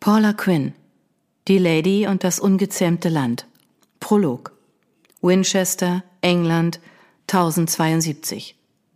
Paula Quinn, Die Lady und das ungezähmte Land. Prolog. Winchester, England, 1072.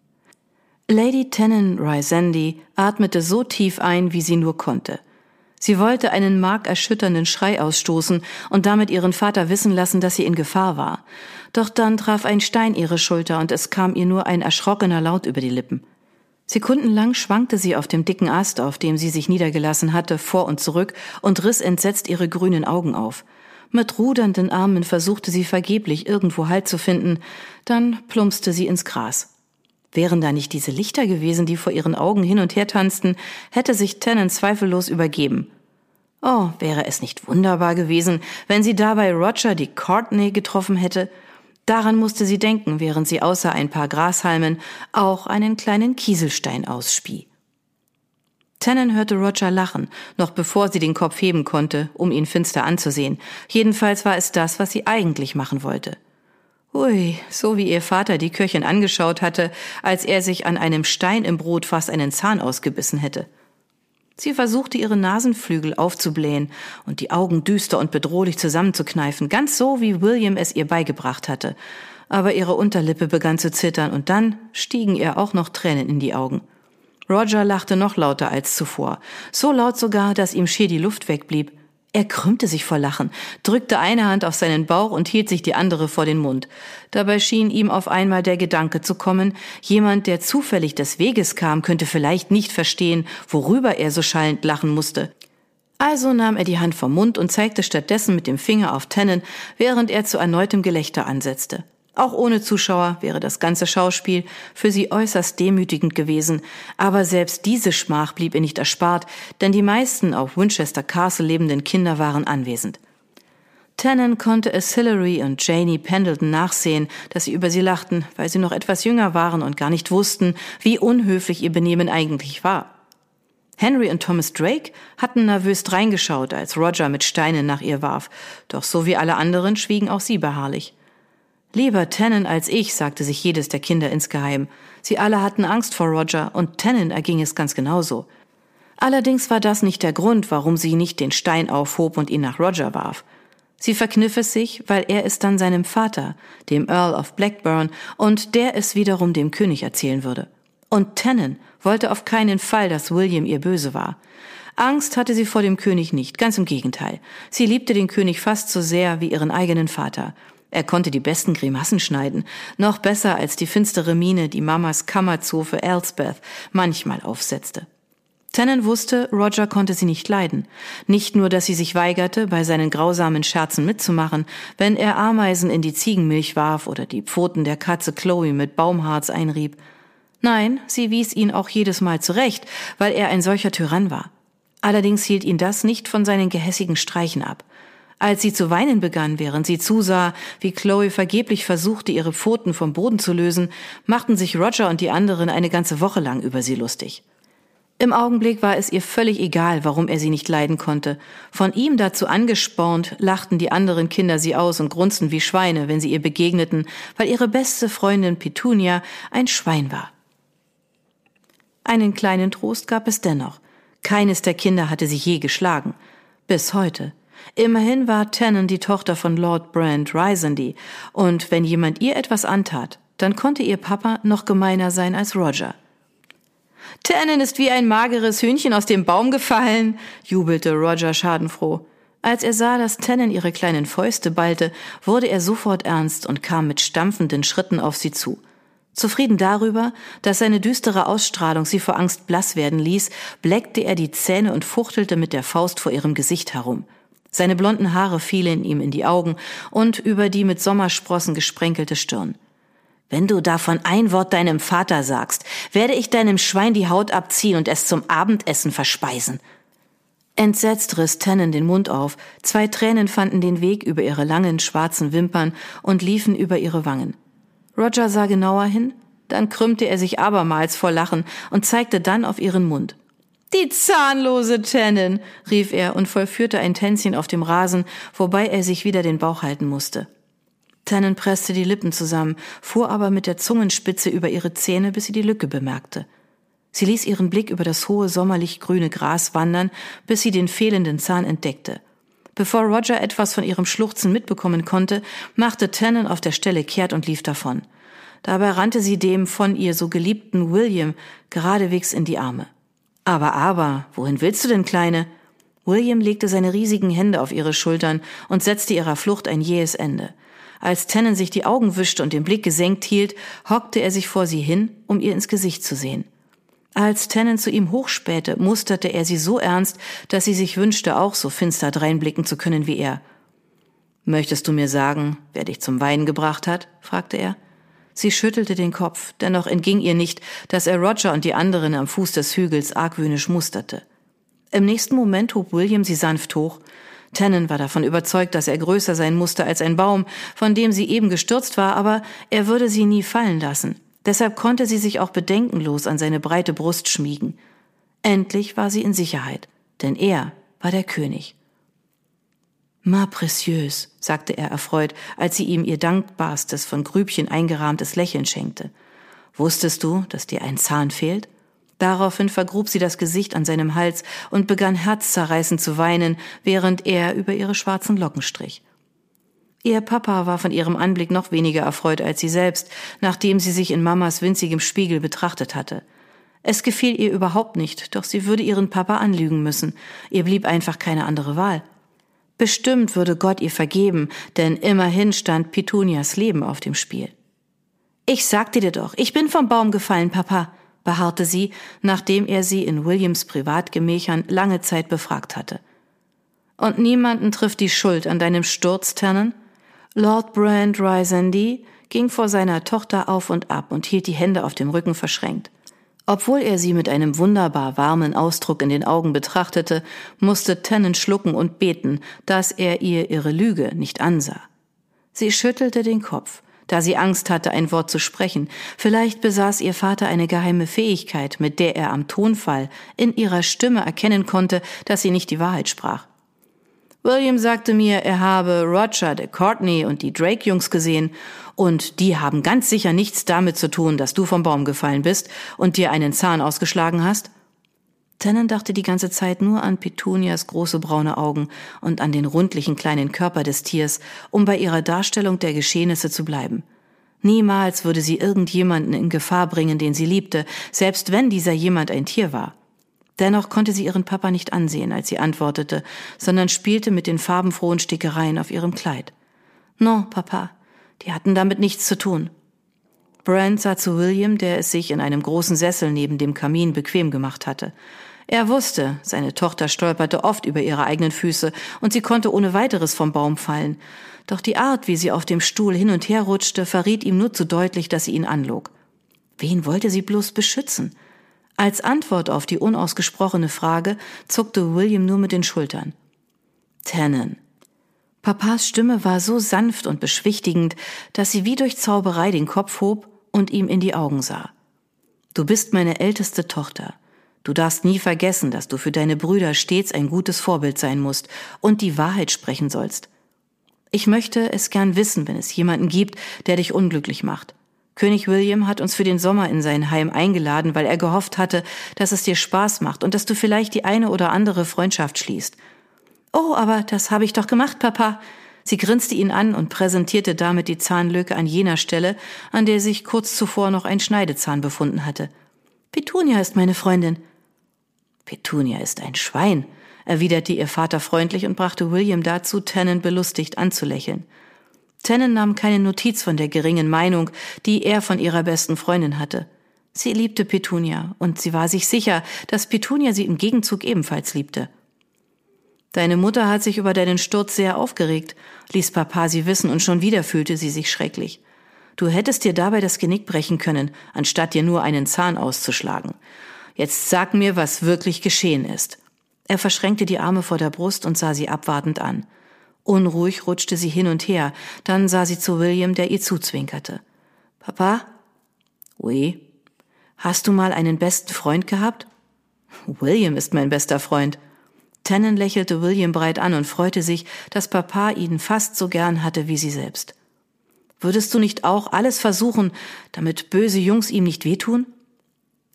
Lady Tennen Rysandi atmete so tief ein, wie sie nur konnte. Sie wollte einen markerschütternden Schrei ausstoßen und damit ihren Vater wissen lassen, dass sie in Gefahr war. Doch dann traf ein Stein ihre Schulter und es kam ihr nur ein erschrockener Laut über die Lippen. Sekundenlang schwankte sie auf dem dicken Ast, auf dem sie sich niedergelassen hatte, vor und zurück und riss entsetzt ihre grünen Augen auf. Mit rudernden Armen versuchte sie vergeblich, irgendwo Halt zu finden, dann plumpste sie ins Gras. Wären da nicht diese Lichter gewesen, die vor ihren Augen hin und her tanzten, hätte sich Tennen zweifellos übergeben. Oh, wäre es nicht wunderbar gewesen, wenn sie dabei Roger de Courtenay getroffen hätte? Daran musste sie denken, während sie außer ein paar Grashalmen auch einen kleinen Kieselstein ausspie. Tennen hörte Roger lachen, noch bevor sie den Kopf heben konnte, um ihn finster anzusehen. Jedenfalls war es das, was sie eigentlich machen wollte. Ui, so wie ihr Vater die Köchin angeschaut hatte, als er sich an einem Stein im Brot fast einen Zahn ausgebissen hätte. Sie versuchte, ihre Nasenflügel aufzublähen und die Augen düster und bedrohlich zusammenzukneifen, ganz so, wie William es ihr beigebracht hatte. Aber ihre Unterlippe begann zu zittern und dann stiegen ihr auch noch Tränen in die Augen. Roger lachte noch lauter als zuvor, so laut sogar, dass ihm schier die Luft wegblieb. Er krümmte sich vor Lachen, drückte eine Hand auf seinen Bauch und hielt sich die andere vor den Mund. Dabei schien ihm auf einmal der Gedanke zu kommen, jemand, der zufällig des Weges kam, könnte vielleicht nicht verstehen, worüber er so schallend lachen musste. Also nahm er die Hand vom Mund und zeigte stattdessen mit dem Finger auf Tennen, während er zu erneutem Gelächter ansetzte. Auch ohne Zuschauer wäre das ganze Schauspiel für sie äußerst demütigend gewesen, aber selbst diese Schmach blieb ihr nicht erspart, denn die meisten auf Winchester Castle lebenden Kinder waren anwesend. Tennen konnte es Hilary und Janie Pendleton nachsehen, dass sie über sie lachten, weil sie noch etwas jünger waren und gar nicht wussten, wie unhöflich ihr Benehmen eigentlich war. Henry und Thomas Drake hatten nervös dreingeschaut, als Roger mit Steinen nach ihr warf, doch so wie alle anderen schwiegen auch sie beharrlich. »Lieber Tennen als ich«, sagte sich jedes der Kinder insgeheim. Sie alle hatten Angst vor Roger und Tennen erging es ganz genauso. Allerdings war das nicht der Grund, warum sie nicht den Stein aufhob und ihn nach Roger warf. Sie verkniff es sich, weil er es dann seinem Vater, dem Earl of Blackburn, und der es wiederum dem König erzählen würde. Und Tennen wollte auf keinen Fall, dass William ihr böse war. Angst hatte sie vor dem König nicht, ganz im Gegenteil. Sie liebte den König fast so sehr wie ihren eigenen Vater. Er konnte die besten Grimassen schneiden, noch besser als die finstere Miene, die Mamas Kammerzofe Elspeth manchmal aufsetzte. Tennen wusste, Roger konnte sie nicht leiden. Nicht nur, dass sie sich weigerte, bei seinen grausamen Scherzen mitzumachen, wenn er Ameisen in die Ziegenmilch warf oder die Pfoten der Katze Chloe mit Baumharz einrieb. Nein, sie wies ihn auch jedes Mal zurecht, weil er ein solcher Tyrann war. Allerdings hielt ihn das nicht von seinen gehässigen Streichen ab. Als sie zu weinen begann, während sie zusah, wie Chloe vergeblich versuchte, ihre Pfoten vom Boden zu lösen, machten sich Roger und die anderen eine ganze Woche lang über sie lustig. Im Augenblick war es ihr völlig egal, warum er sie nicht leiden konnte. Von ihm dazu angespornt, lachten die anderen Kinder sie aus und grunzten wie Schweine, wenn sie ihr begegneten, weil ihre beste Freundin Petunia ein Schwein war. Einen kleinen Trost gab es dennoch. Keines der Kinder hatte sie je geschlagen. Bis heute. Immerhin war Tennen die Tochter von Lord Brand Rysandi, und wenn jemand ihr etwas antat, dann konnte ihr Papa noch gemeiner sein als Roger. »Tennen ist wie ein mageres Hühnchen aus dem Baum gefallen«, jubelte Roger schadenfroh. Als er sah, dass Tennen ihre kleinen Fäuste ballte, wurde er sofort ernst und kam mit stampfenden Schritten auf sie zu. Zufrieden darüber, dass seine düstere Ausstrahlung sie vor Angst blass werden ließ, bleckte er die Zähne und fuchtelte mit der Faust vor ihrem Gesicht herum. Seine blonden Haare fielen ihm in die Augen und über die mit Sommersprossen gesprenkelte Stirn. »Wenn du davon ein Wort deinem Vater sagst, werde ich deinem Schwein die Haut abziehen und es zum Abendessen verspeisen.« Entsetzt riss Tennen den Mund auf, 2 Tränen fanden den Weg über ihre langen, schwarzen Wimpern und liefen über ihre Wangen. Roger sah genauer hin, dann krümmte er sich abermals vor Lachen und zeigte dann auf ihren Mund. »Die zahnlose Tennen«, rief er und vollführte ein Tänzchen auf dem Rasen, wobei er sich wieder den Bauch halten musste. Tennen presste die Lippen zusammen, fuhr aber mit der Zungenspitze über ihre Zähne, bis sie die Lücke bemerkte. Sie ließ ihren Blick über das hohe, sommerlich grüne Gras wandern, bis sie den fehlenden Zahn entdeckte. Bevor Roger etwas von ihrem Schluchzen mitbekommen konnte, machte Tannen auf der Stelle kehrt und lief davon. Dabei rannte sie dem von ihr so geliebten William geradewegs in die Arme. Aber, wohin willst du denn, Kleine? William legte seine riesigen Hände auf ihre Schultern und setzte ihrer Flucht ein jähes Ende. Als Tannen sich die Augen wischte und den Blick gesenkt hielt, hockte er sich vor sie hin, um ihr ins Gesicht zu sehen. Als Tannen zu ihm hochspähte, musterte er sie so ernst, dass sie sich wünschte, auch so finster dreinblicken zu können wie er. »Möchtest du mir sagen, wer dich zum Weinen gebracht hat?« fragte er. Sie schüttelte den Kopf, dennoch entging ihr nicht, dass er Roger und die anderen am Fuß des Hügels argwöhnisch musterte. Im nächsten Moment hob William sie sanft hoch. Tannen war davon überzeugt, dass er größer sein musste als ein Baum, von dem sie eben gestürzt war, aber er würde sie nie fallen lassen. Deshalb konnte sie sich auch bedenkenlos an seine breite Brust schmiegen. Endlich war sie in Sicherheit, denn er war der König. »Ma précieuse«, sagte er erfreut, als sie ihm ihr dankbarstes, von Grübchen eingerahmtes Lächeln schenkte. »Wusstest du, dass dir ein Zahn fehlt?« Daraufhin vergrub sie das Gesicht an seinem Hals und begann herzzerreißend zu weinen, während er über ihre schwarzen Locken strich. Ihr Papa war von ihrem Anblick noch weniger erfreut als sie selbst, nachdem sie sich in Mamas winzigem Spiegel betrachtet hatte. Es gefiel ihr überhaupt nicht, doch sie würde ihren Papa anlügen müssen. Ihr blieb einfach keine andere Wahl. Bestimmt würde Gott ihr vergeben, denn immerhin stand Petunias Leben auf dem Spiel. »Ich sagte dir doch, ich bin vom Baum gefallen, Papa«, beharrte sie, nachdem er sie in Williams Privatgemächern lange Zeit befragt hatte. »Und niemanden trifft die Schuld an deinem Sturz, Tannen?« Lord Brand Rysandi ging vor seiner Tochter auf und ab und hielt die Hände auf dem Rücken verschränkt. Obwohl er sie mit einem wunderbar warmen Ausdruck in den Augen betrachtete, musste Tannen schlucken und beten, dass er ihr ihre Lüge nicht ansah. Sie schüttelte den Kopf, da sie Angst hatte, ein Wort zu sprechen. Vielleicht besaß ihr Vater eine geheime Fähigkeit, mit der er am Tonfall in ihrer Stimme erkennen konnte, dass sie nicht die Wahrheit sprach. William sagte mir, er habe Roger de Courtney und die Drake-Jungs gesehen und die haben ganz sicher nichts damit zu tun, dass du vom Baum gefallen bist und dir einen Zahn ausgeschlagen hast. Tannen dachte die ganze Zeit nur an Petunias große braune Augen und an den rundlichen kleinen Körper des Tiers, um bei ihrer Darstellung der Geschehnisse zu bleiben. Niemals würde sie irgendjemanden in Gefahr bringen, den sie liebte, selbst wenn dieser jemand ein Tier war. Dennoch konnte sie ihren Papa nicht ansehen, als sie antwortete, sondern spielte mit den farbenfrohen Stickereien auf ihrem Kleid. »Non, Papa, die hatten damit nichts zu tun.« Brand sah zu William, der es sich in einem großen Sessel neben dem Kamin bequem gemacht hatte. Er wusste, seine Tochter stolperte oft über ihre eigenen Füße und sie konnte ohne weiteres vom Baum fallen. Doch die Art, wie sie auf dem Stuhl hin und her rutschte, verriet ihm nur zu deutlich, dass sie ihn anlog. Wen wollte sie bloß beschützen? Als Antwort auf die unausgesprochene Frage zuckte William nur mit den Schultern. »Tannen.« Papas Stimme war so sanft und beschwichtigend, dass sie wie durch Zauberei den Kopf hob und ihm in die Augen sah. »Du bist meine älteste Tochter. Du darfst nie vergessen, dass du für deine Brüder stets ein gutes Vorbild sein musst und die Wahrheit sprechen sollst. Ich möchte es gern wissen, wenn es jemanden gibt, der dich unglücklich macht. König William hat uns für den Sommer in sein Heim eingeladen, weil er gehofft hatte, dass es dir Spaß macht und dass du vielleicht die eine oder andere Freundschaft schließt. »Oh, aber das habe ich doch gemacht, Papa.« Sie grinste ihn an und präsentierte damit die Zahnlücke an jener Stelle, an der sich kurz zuvor noch ein Schneidezahn befunden hatte. »Petunia ist meine Freundin.« »Petunia ist ein Schwein«, erwiderte ihr Vater freundlich und brachte William dazu, Tannen belustigt anzulächeln. Tannen nahm keine Notiz von der geringen Meinung, die er von ihrer besten Freundin hatte. Sie liebte Petunia und sie war sich sicher, dass Petunia sie im Gegenzug ebenfalls liebte. »Deine Mutter hat sich über deinen Sturz sehr aufgeregt«, ließ Papa sie wissen, und schon wieder fühlte sie sich schrecklich. »Du hättest dir dabei das Genick brechen können, anstatt dir nur einen Zahn auszuschlagen. Jetzt sag mir, was wirklich geschehen ist.« Er verschränkte die Arme vor der Brust und sah sie abwartend an. Unruhig rutschte sie hin und her, dann sah sie zu William, der ihr zuzwinkerte. »Papa?« »Oui?« »Hast du mal einen besten Freund gehabt?« »William ist mein bester Freund.« Tannen lächelte William breit an und freute sich, dass Papa ihn fast so gern hatte wie sie selbst. »Würdest du nicht auch alles versuchen, damit böse Jungs ihm nicht wehtun?«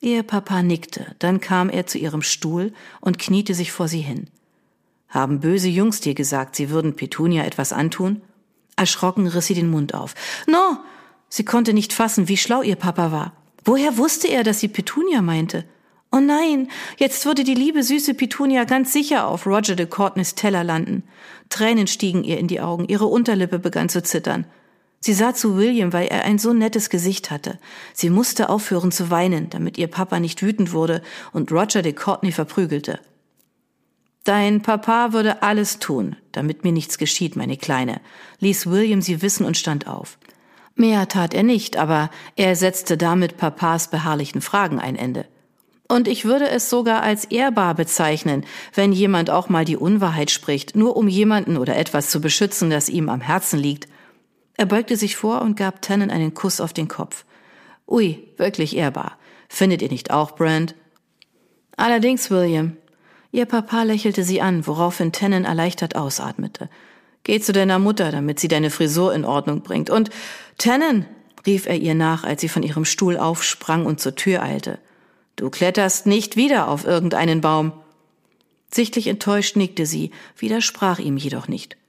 Ihr Papa nickte, dann kam er zu ihrem Stuhl und kniete sich vor sie hin. »Haben böse Jungs dir gesagt, sie würden Petunia etwas antun?« Erschrocken riss sie den Mund auf. »No!« Sie konnte nicht fassen, wie schlau ihr Papa war. Woher wusste er, dass sie Petunia meinte? Oh nein, jetzt würde die liebe, süße Petunia ganz sicher auf Roger de Courtneys Teller landen. Tränen stiegen ihr in die Augen, ihre Unterlippe begann zu zittern. Sie sah zu William, weil er ein so nettes Gesicht hatte. Sie musste aufhören zu weinen, damit ihr Papa nicht wütend wurde und Roger de Courtney verprügelte. »Dein Papa würde alles tun, damit mir nichts geschieht, meine Kleine«, ließ William sie wissen und stand auf. Mehr tat er nicht, aber er setzte damit Papas beharrlichen Fragen ein Ende. Und ich würde es sogar als ehrbar bezeichnen, wenn jemand auch mal die Unwahrheit spricht, nur um jemanden oder etwas zu beschützen, das ihm am Herzen liegt. Er beugte sich vor und gab Tannen einen Kuss auf den Kopf. Ui, wirklich ehrbar. Findet ihr nicht auch, Brand? Allerdings, William. Ihr Papa lächelte sie an, woraufhin Tannen erleichtert ausatmete. Geh zu deiner Mutter, damit sie deine Frisur in Ordnung bringt. Und Tannen, rief er ihr nach, als sie von ihrem Stuhl aufsprang und zur Tür eilte. Du kletterst nicht wieder auf irgendeinen Baum. Sichtlich enttäuscht nickte sie, widersprach ihm jedoch nicht.